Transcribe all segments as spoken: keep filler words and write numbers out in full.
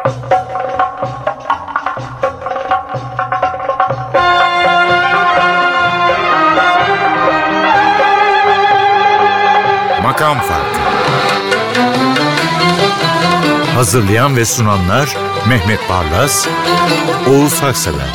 Makam Farkı. Hazırlayan ve sunanlar Mehmet Barlas, Oğuz Haksever.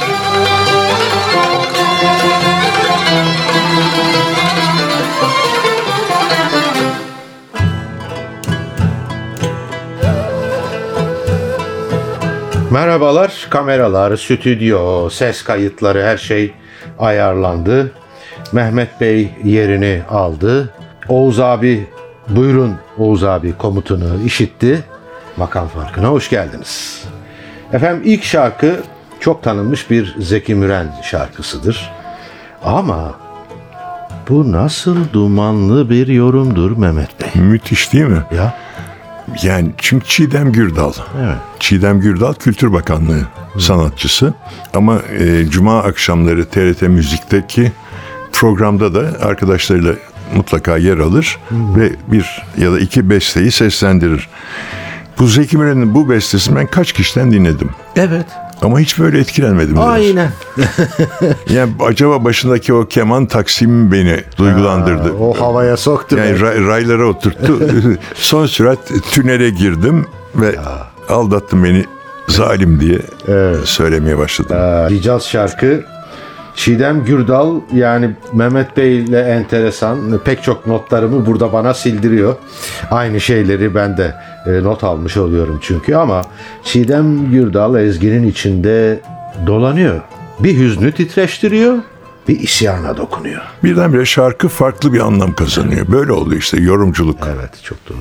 Merhabalar, kameralar, stüdyo, ses kayıtları, her şey ayarlandı. Mehmet Bey yerini aldı. Oğuz abi, buyurun Oğuz abi komutunu işitti. Makam Farkı'na hoş geldiniz. Efendim, ilk şarkı çok tanınmış bir Zeki Müren şarkısıdır. Ama bu nasıl dumanlı bir yorumdur Mehmet Bey? Müthiş değil mi? Ya. Yani çünkü Çiğdem Gürdal. Evet. Çiğdem Gürdal Kültür Bakanlığı Hı. sanatçısı. Ama e, Cuma akşamları T R T Müzik'teki programda da arkadaşlarıyla mutlaka yer alır Hı. ve bir ya da iki besteyi seslendirir. Bu Zeki Müren'in bu bestesini ben kaç kişiden dinledim. Evet. Ama hiç böyle etkilenmedim. Aynen. Yani acaba başındaki o keman taksimi beni duygulandırdı. Ha, o havaya soktu. Yani ray, raylara oturttu. Son sürat tünele girdim ve ya. Aldattın beni zalim diye evet. söylemeye başladım. Ricaz şarkı. Çiğdem Gürdal, yani Mehmet Bey ile enteresan, pek çok notlarımı burada bana sildiriyor. Aynı şeyleri ben de e, not almış oluyorum çünkü, ama Çiğdem Gürdal ezginin içinde dolanıyor. Bir hüznü titreştiriyor, bir isyana dokunuyor. Birdenbire şarkı farklı bir anlam kazanıyor. Böyle oluyor işte yorumculuk. Evet, çok doğru.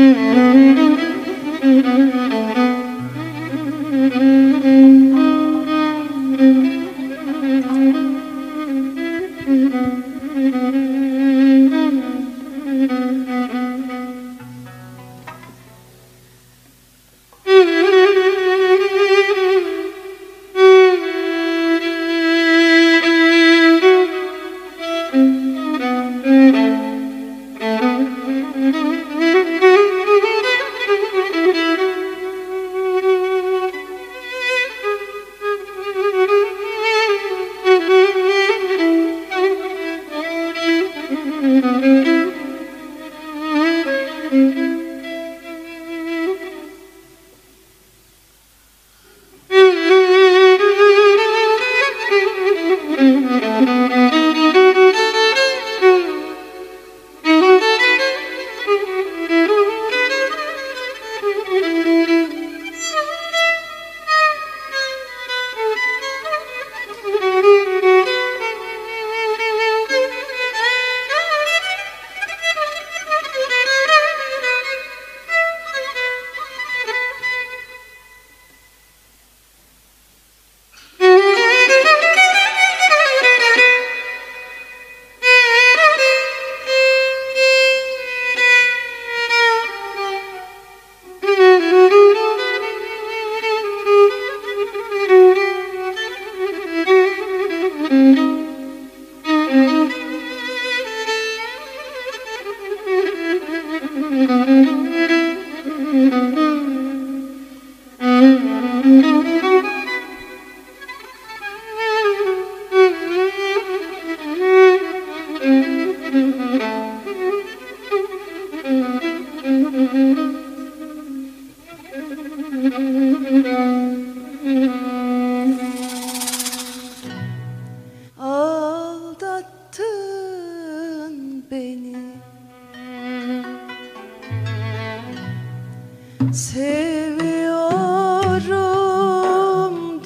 Seviyorum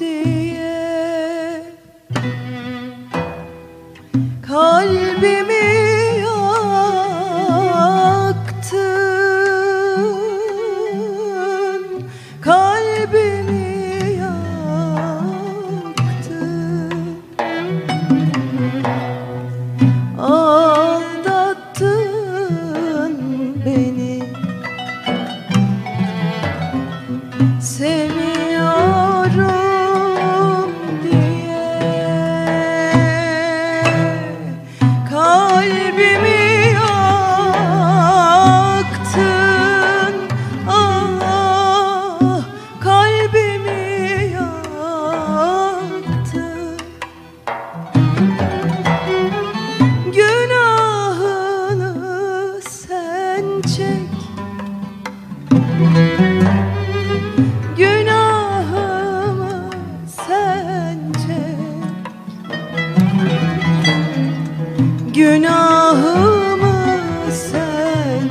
diye kalbimi yaktın, kalbimi yaktın, aldattın beni. Seviyorum diye kalbimi yaktın, ah kalbimi günahımı sen çek. Günahımı sen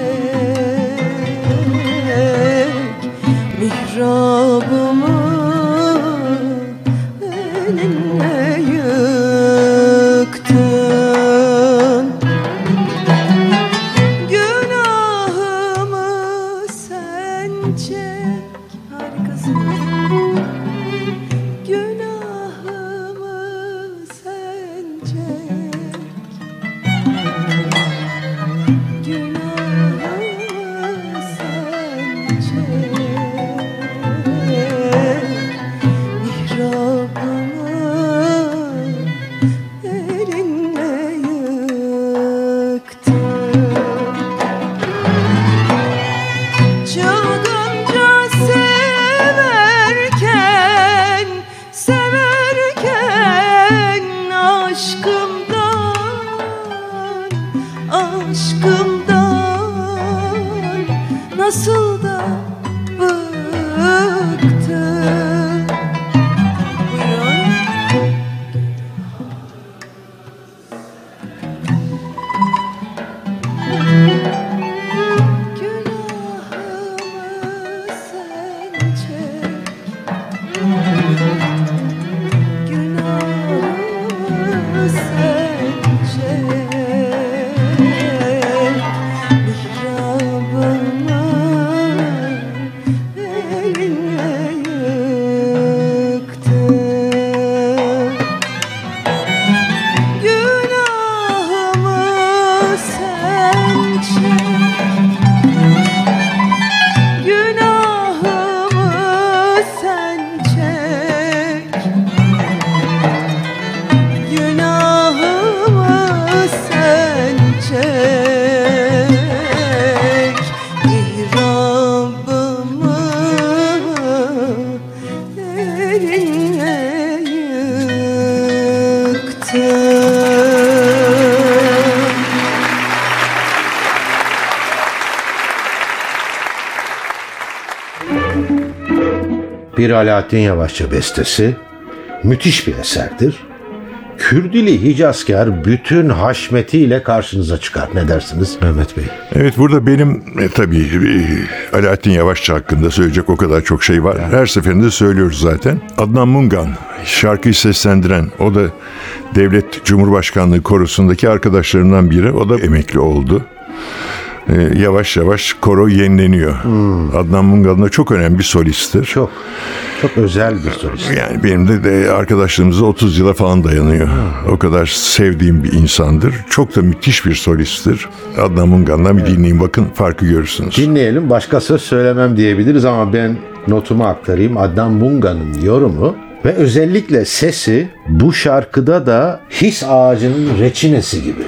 çek. Mihrabımı elinle yıktın. Günahımı sen çek. Harikasın. Günahımı sen çek. Günahımı sen çek. Mihrabımı elinle yıktın. Çılgınca severken, severken aşkımdan, aşkımdan nasıl da bıktım. Buyurun. Günahımı sen çek. Günahımı sen çek. Mihrabımı elinle yıktın. Günahımı sen çek. Günahımı sen çek. Günahımı sen çek. İhrabımı elinle yıktın. Bir Alaaddin Yavaşça bestesi, müthiş bir eserdir. Kürdili Hicazkar bütün haşmetiyle karşınıza çıkar. Ne dersiniz Mehmet Bey? Evet, burada benim e, tabii e, Alaaddin Yavaşça hakkında söyleyecek o kadar çok şey var. Her seferinde söylüyoruz zaten. Adnan Mungan şarkıyı seslendiren, o da Devlet Cumhurbaşkanlığı Korosu'ndaki arkadaşlarımdan biri. O da emekli oldu. E, yavaş yavaş koro yenileniyor. Hmm. Adnan Mungan da çok önemli bir solisttir. Çok, çok özel bir solist. Yani benim de, de arkadaşlığımız otuz yıla falan dayanıyor. Hmm. O kadar sevdiğim bir insandır. Çok da müthiş bir solisttir. Adnan Mungan'dan bir evet. dinleyin, bakın farkı görürsünüz. Dinleyelim, başka söz söylemem diyebiliriz ama ben notumu aktarayım. Adnan Mungan'ın yorumu ve özellikle sesi bu şarkıda da his ağacının reçinesi gibi.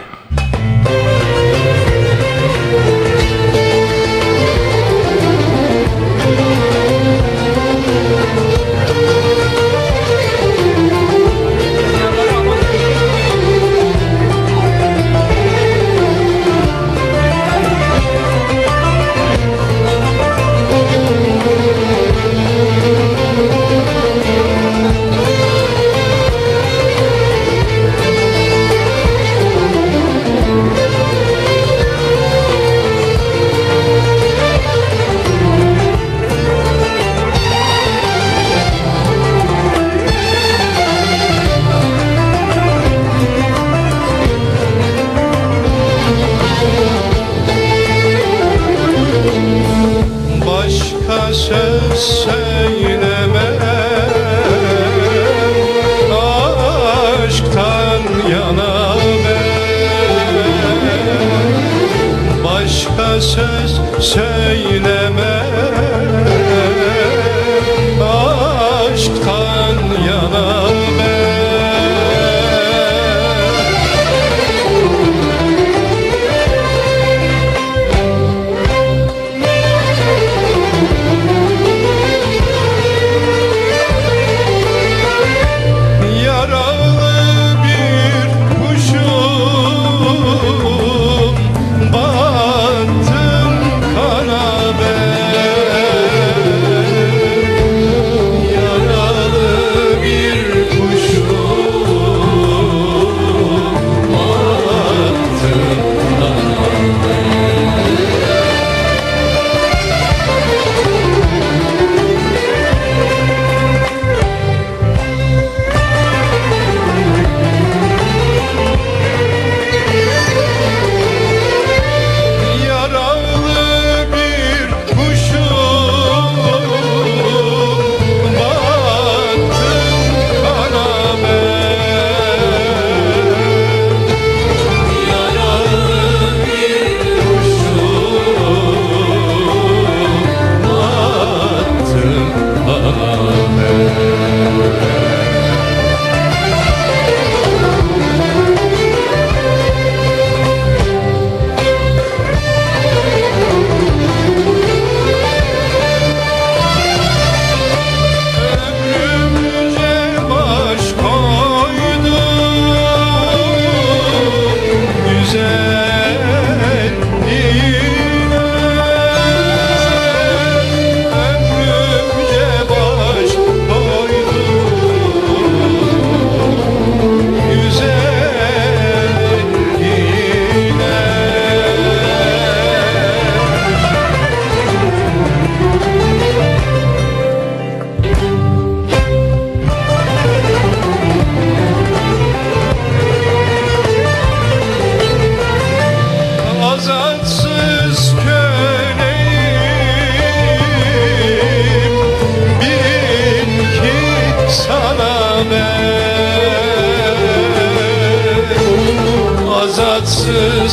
Azatsız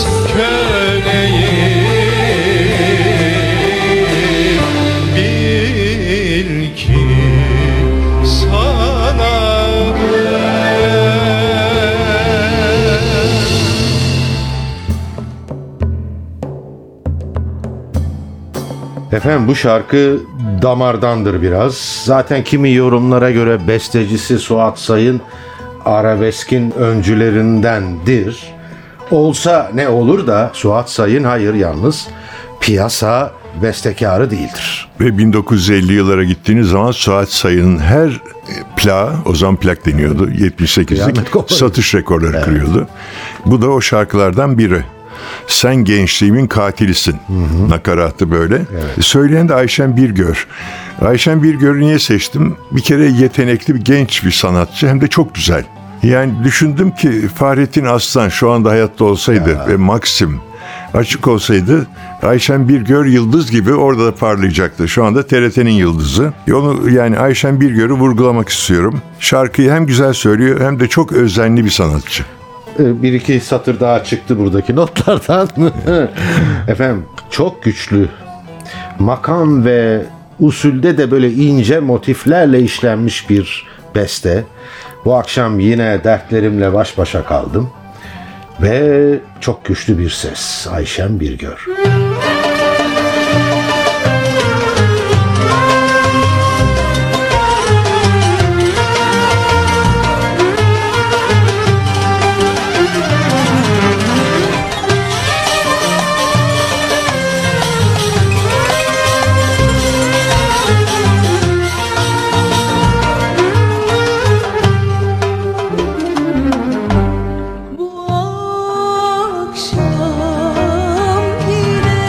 köleyim, bil ki sana Efendim bu şarkı damardandır biraz. Zaten kimi yorumlara göre bestecisi Suat Sayın arabeskin öncülerindendir. Olsa ne olur da Suat Sayın hayır yalnız piyasa bestekarı değildir. Ve bin dokuz yüz elli yıllara gittiğiniz zaman Suat Sayın'ın her plağı, o zaman plak deniyordu, yetmiş sekizlik Kıyamet koparır. satış rekorları Evet. kırıyordu. Bu da o şarkılardan biri. Sen gençliğimin katilisin. Nakaratı böyle. Söyleyen de Ayşen Birgör. Ayşen Birgör'ü niye seçtim? Bir kere yetenekli bir genç bir sanatçı, hem de çok güzel. Yani düşündüm ki Fahrettin Aslan şu anda hayatta olsaydı ve Maxim açık olsaydı Ayşen Birgör yıldız gibi orada da parlayacaktı. Şu anda T R T'nin yıldızı. Onu yani Ayşen Birgör'ü vurgulamak istiyorum. Şarkıyı hem güzel söylüyor hem de çok özenli bir sanatçı. Bir iki satır daha çıktı buradaki notlardan. Efendim çok güçlü makam ve usulde de böyle ince motiflerle işlenmiş bir beste. Bu akşam yine dertlerimle baş başa kaldım. Ve çok güçlü bir ses. Ayşen Birgör. Bu akşam yine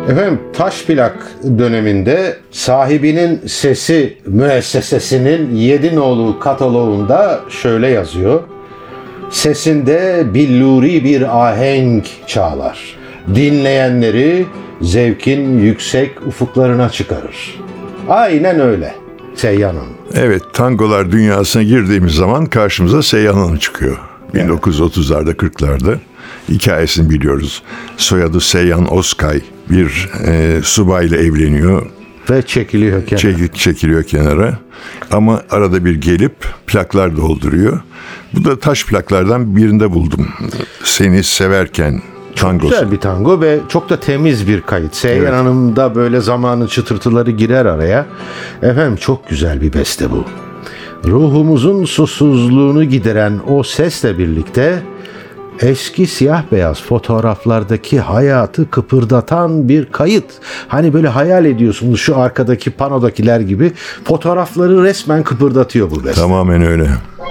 Efendim taş plak döneminde sahibinin sesi müessesesinin yedi nolu kataloğunda şöyle yazıyor. Sesinde billuri bir ahenk çağlar. Dinleyenleri zevkin yüksek ufuklarına çıkarır. Aynen öyle Seyhan Hanım. Evet, tangolar dünyasına girdiğimiz zaman karşımıza Seyhan Hanım çıkıyor. bin dokuz yüz otuzlarda kırklarda hikayesini biliyoruz. Soyadı Seyhan Özkay, bir e, subayla evleniyor. Ve çekiliyor kenara. Çek, çekiliyor kenara. Ama arada bir gelip plaklar dolduruyor. Bu da taş plaklardan birinde buldum. Seni severken tangosu. Güzel bir tango ve çok da temiz bir kayıt. Seyhan Evet. Hanım da böyle zamanın çıtırtıları girer araya. Efendim çok güzel bir beste bu. Ruhumuzun susuzluğunu gideren o sesle birlikte eski siyah beyaz fotoğraflardaki hayatı kıpırdatan bir kayıt. Hani böyle hayal ediyorsunuz şu arkadaki panodakiler gibi fotoğrafları resmen kıpırdatıyor bu beste. Tamamen öyle.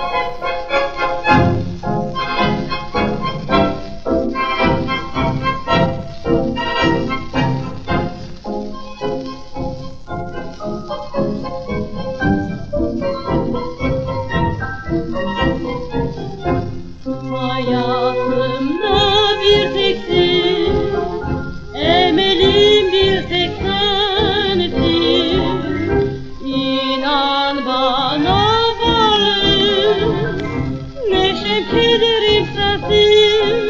Hayatımda bir teksin, emelim bir tek sensin. İnan bana varım, neşem kederim sensin.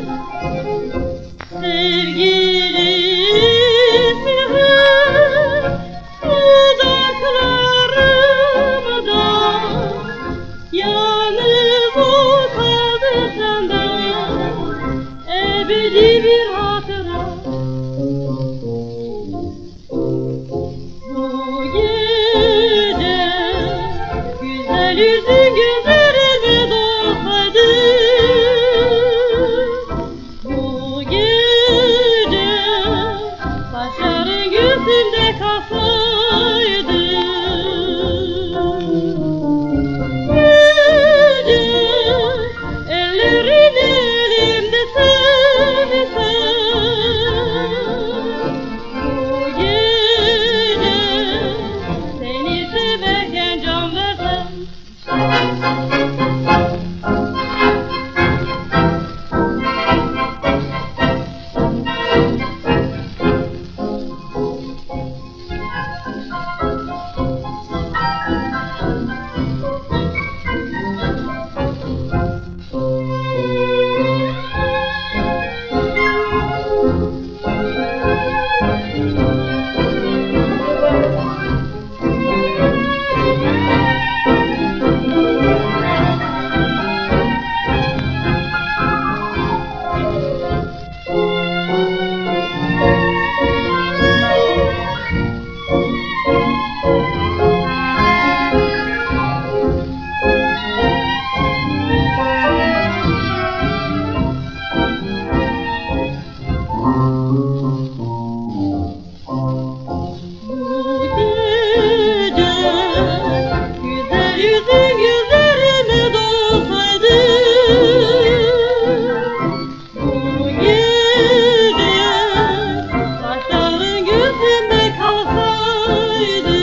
Sevgilim hep dudaklarımda, yalnız o kaldı senden, ebedi bir hatıra. Bu gece güzel yüzün gözlerime dolsaydı, bu gece saçların gözümde kalsaydı, gece ellerin elimde sevsem, bu gece seni severken can versem. Bu gece güzel yüzün gözlerime dolsaydı, bu gece saçların gözümde kalsaydı,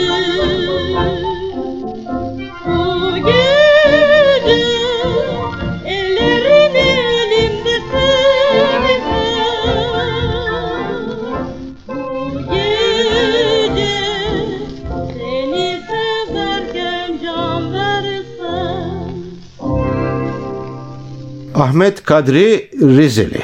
bu gece ellerin elimde sevsem, bu gece seni severken can versem. Ahmet Kadri Rizeli.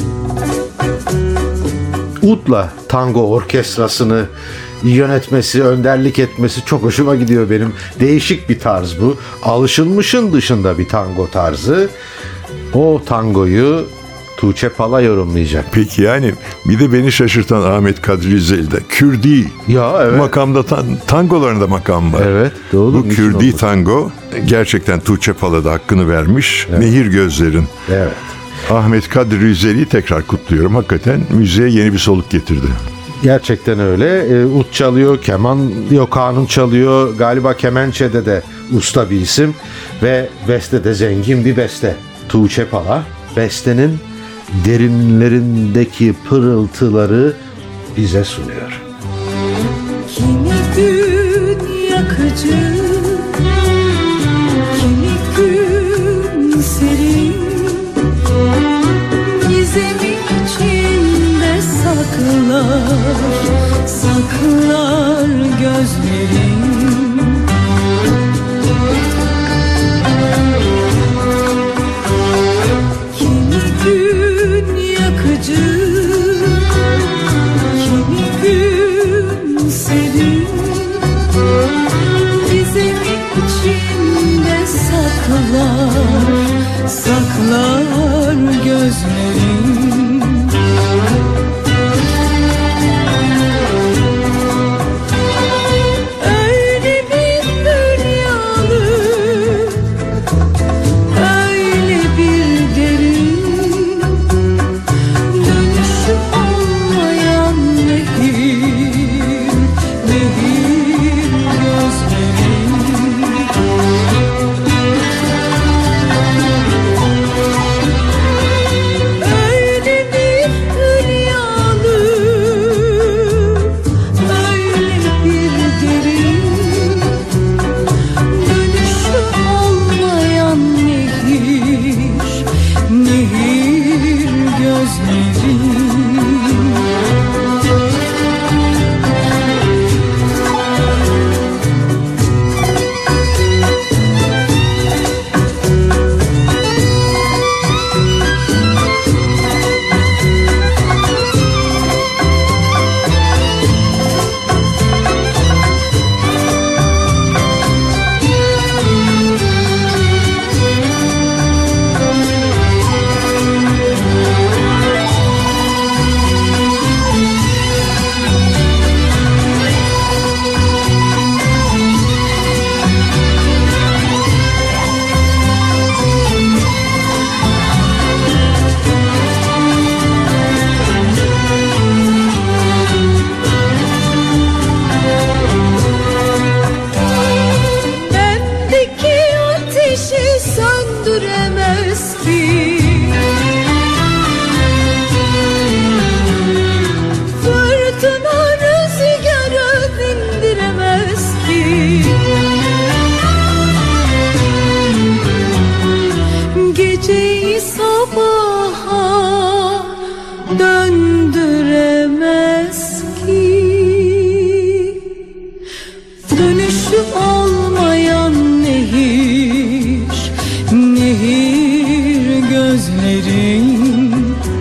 Udla tango orkestrasını yönetmesi, önderlik etmesi çok hoşuma gidiyor benim. Değişik bir tarz bu. Alışılmışın dışında bir tango tarzı. O tangoyu Tuğçe Pala yorumlayacak. Peki yani bir de beni şaşırtan Ahmet Kadri Rizeli'de Kürdi Ya evet. makamda tan- tangolarında makam var. Evet, doğru. Bu Niçin Kürdi olmasın? tango gerçekten Tuğçe Pala'da hakkını vermiş. Nehir Gözlerin. Evet. Ahmet Kadri Rizeli'yi tekrar kutluyorum. Hakikaten müziğe yeni bir soluk getirdi. Gerçekten öyle. E, ut çalıyor, keman yok, kanun çalıyor. Galiba kemençede de usta bir isim. Ve beste de zengin bir beste. Tuğçe Pala bestenin derinlerindeki pırıltıları bize sunuyor. Kimi gün yakıcı, kimi gün serin, gizem içinde saklar, saklar gözlerin. Kimi gün yakıcı, kimi gün serin, gizem içinde saklar, saklar gözlerin. Öyle bir dünyalı, öyle bir derin, dönüşü olmayan nehir, nehir gözlerin. Öyle bir dünyalı, öyle bir derin, dönüşü olmayan nehir, nehir gözlerin. Bendeki ateşi söndüremez ki, fırtına rüzgarı dindiremez ki, geceyi sabaha döndüremez ki. Dönüşü olmayan nehir, nehir gözlerin.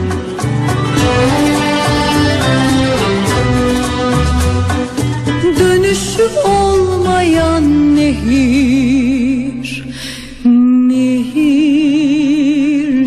Dönüşü olmayan nehir, nehir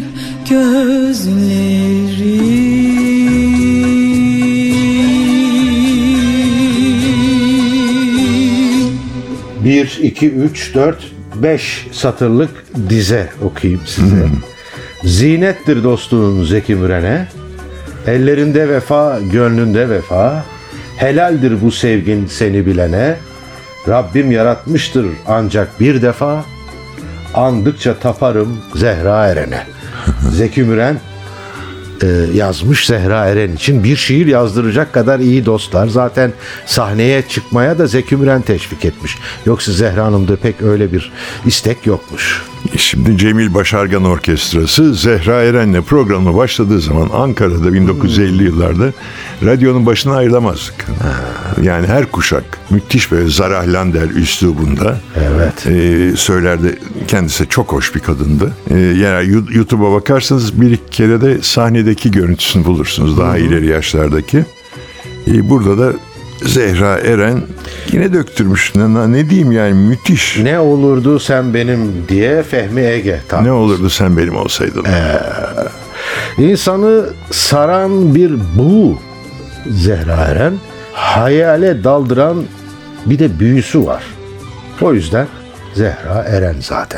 gözlerin. Bir, iki, üç, dört, beş satırlık dize okuyayım size. Zinettir dostluğun Zeki Müren'e, ellerinde vefa, gönlünde vefa, helaldir bu sevgin seni bilene, Rabbim yaratmıştır ancak bir defa, andıkça taparım Zehra Eren'e. Zeki Müren e, yazmış Zehra Eren için, bir şiir yazdıracak kadar iyi dostlar. Zaten sahneye çıkmaya da Zeki Müren teşvik etmiş. Yoksa Zehra Hanım'da pek öyle bir istek yokmuş. Şimdi Cemil Başargan Orkestrası Zehra Eren'le programı başladığı zaman Ankara'da bin dokuz yüz elli yıllarda radyonun başına ayrılamazdık. Yani her kuşak müthiş böyle Zarah Lander üslubunda Evet. e, söylerdi. Kendisi çok hoş bir kadındı. E, yani YouTube'a bakarsanız bir iki kere de sahnedeki görüntüsünü bulursunuz. Daha ileri yaşlardaki. E, burada da Zehra Eren yine döktürmüş. Ne, ne diyeyim yani, müthiş. Ne olurdu sen benim diye Fehmi Ege. Ne olurdu sen benim olsaydın. Ee, insanı saran bir bu Zehra Eren, hayale daldıran bir de büyüsü var. O yüzden Zehra Eren zaten.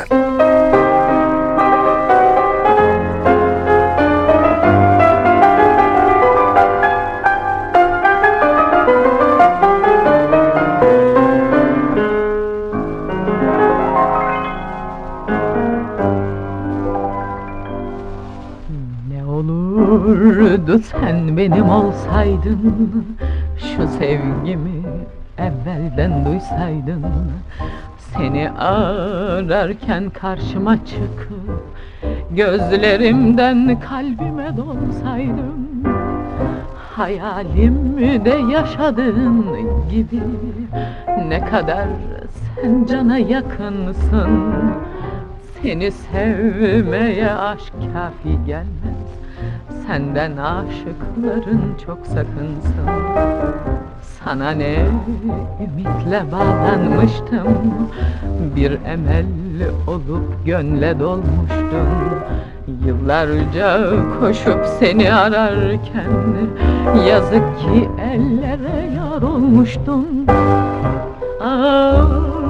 Ne olur olurdu sen benim olsaydın, şu sevgimi evvelden duysaydın. Seni ararken karşıma çıkıp gözlerimden kalbime dolsaydın. Hayalimde yaşadığın gibi ne kadar sen cana yakınsın. Seni sevmeye aşk kafi gelmez, senden aşıkların çok sakınsın. Sana ne ümitle bağlanmıştım, bir emel olup gönle dolmuştun. Yıllarca koşup seni ararken yazık ki ellere yar olmuştun. Ah,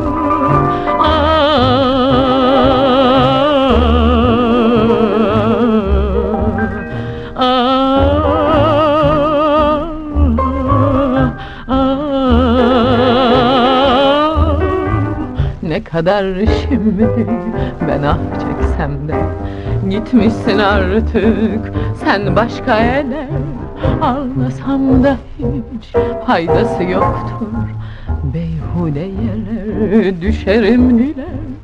ne kadar şimdi ben ah çeksem de gitmişsin artık sen başka ele. Ağlasam da hiç faydası yoktur, beyhude yere düşerim dile.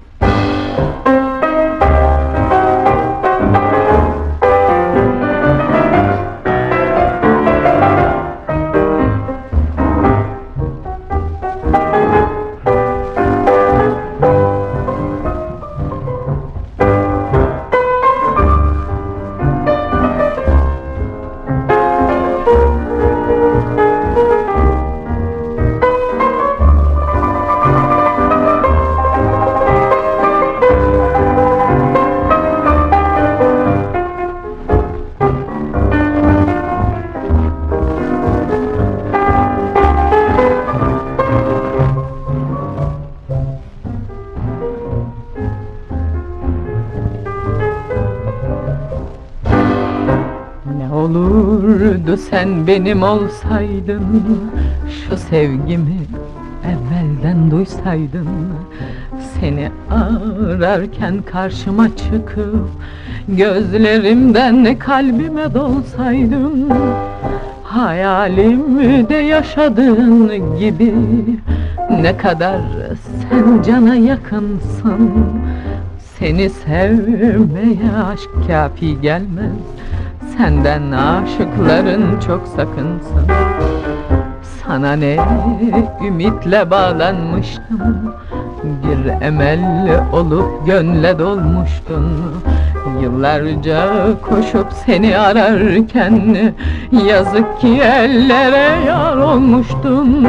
Olurdu sen benim olsaydın, şu sevgimi evvelden duysaydın. Seni ararken karşıma çıkıp gözlerimden kalbime dolsaydın. Hayalimde yaşadığın gibi ne kadar sen cana yakınsın. Seni sevmeye aşk kafi gelmez, senden aşıkların çok sakınsın. Sana ne ümitle bağlanmıştım, bir emel olup gönle dolmuştun. Yıllarca koşup seni ararken yazık ki ellere yar olmuştun.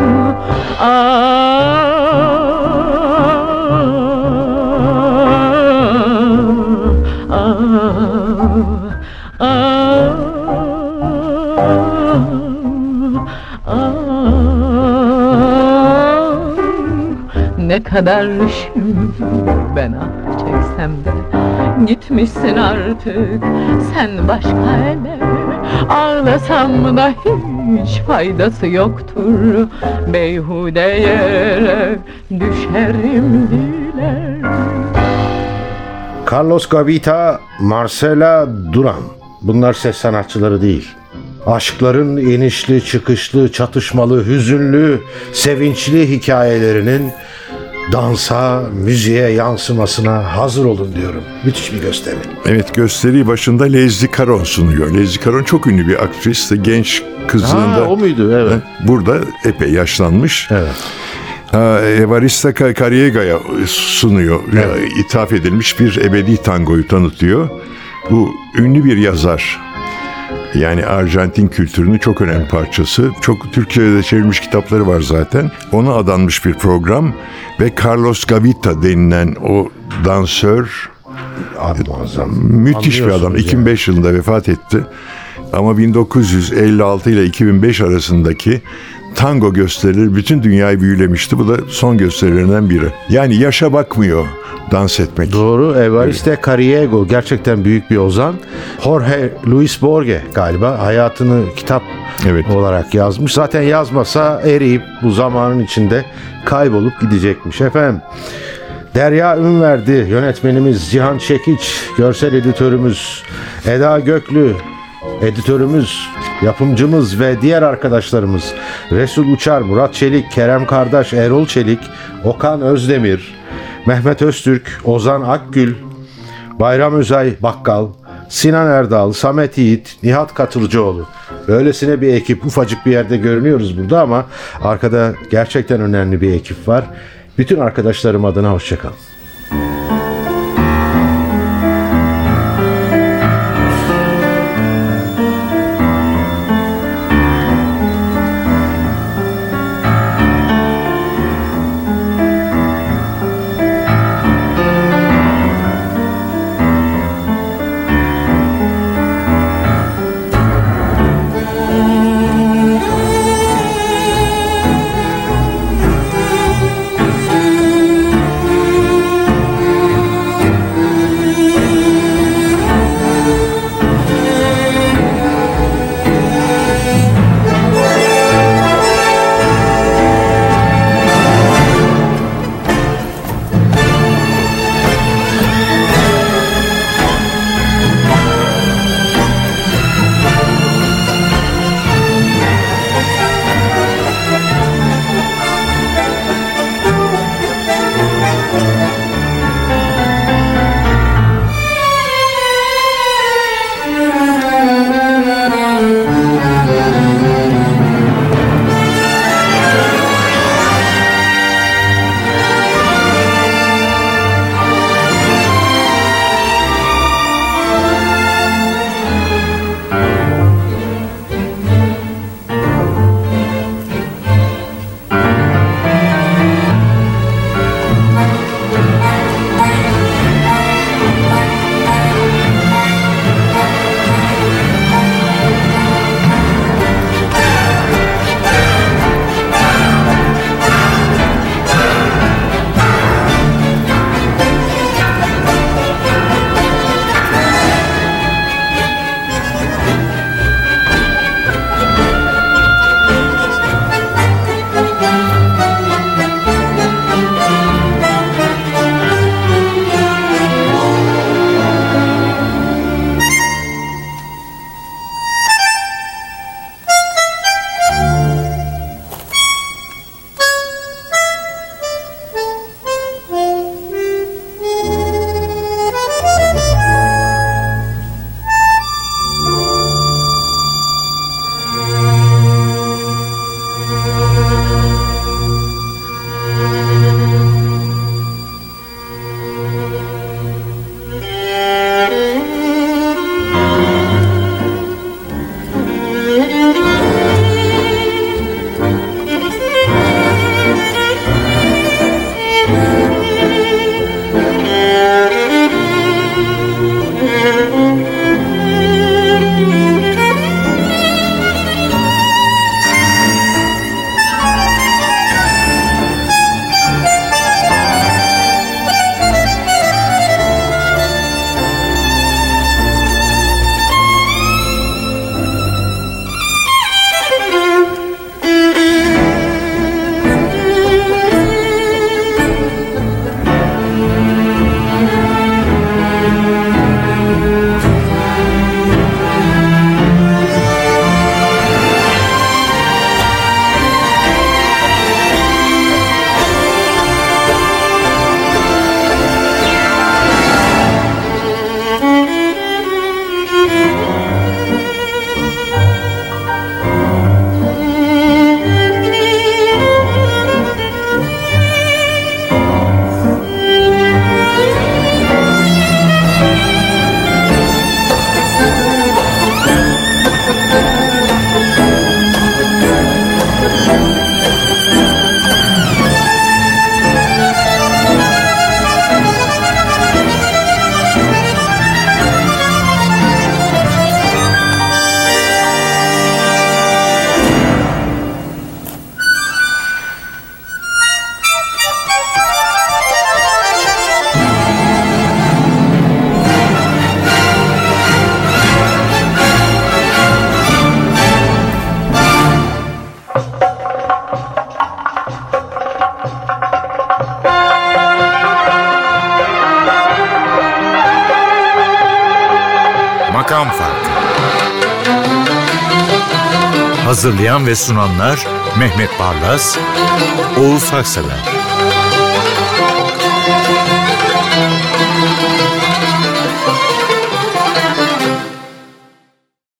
Ah, ah, ah, ah, ne kadar şimdi ben ah çeksem de gitmişsin artık sen başka ele. Ağlasam da hiç faydası yoktur, beyhude yere düşerim dile. Carlos Gavita, Marcela Duran. Bunlar ses sanatçıları değil. Aşkların inişli, çıkışlı, çatışmalı, hüzünlü, sevinçli hikayelerinin dansa, müziğe yansımasına hazır olun diyorum. Müthiş bir gösteri. Evet, gösteri başında Leslie Caron sunuyor. Leslie Caron çok ünlü bir aktris. Genç kızlığında. Ha, o muydu? Evet. Burada epey yaşlanmış. Evet. Evarista Carriega'ya sunuyor. Evet. İthaf edilmiş bir ebedi tangoyu tanıtıyor. Bu ünlü bir yazar. Yani Arjantin kültürünün çok önemli parçası. Çok Türkçe'de çevrilmiş kitapları var zaten. Ona adanmış bir program. Ve Carlos Gavita denilen o dansör, Abi muazzam. müthiş bir adam. iki bin beş yani. Yılında vefat etti. Ama bin dokuz yüz elli altı ile iki bin beş arasındaki tango gösterileri bütün dünyayı büyülemişti. Bu da son gösterilerinden biri. Yani yaşa bakmıyor dans etmek. Doğru. Evariste evet. Carriego gerçekten büyük bir ozan. Jorge Luis Borges galiba hayatını kitap evet. olarak yazmış. Zaten yazmasa eriyip bu zamanın içinde kaybolup gidecekmiş efendim. Derya Ünverdi, yönetmenimiz Cihan Çekiç, görsel editörümüz Eda Göklü, editörümüz, yapımcımız ve diğer arkadaşlarımız Resul Uçar, Murat Çelik, Kerem Kardeş, Erol Çelik, Okan Özdemir, Mehmet Öztürk, Ozan Akgül, Bayram Özay Bakkal, Sinan Erdal, Samet Yiğit, Nihat Katılcıoğlu. Böylesine bir ekip, ufacık bir yerde görünüyoruz burada ama arkada gerçekten önemli bir ekip var. Bütün arkadaşlarım adına hoşçakalın. Makam Farkı. Hazırlayan ve sunanlar Mehmet Barlas, Oğuz Haksever.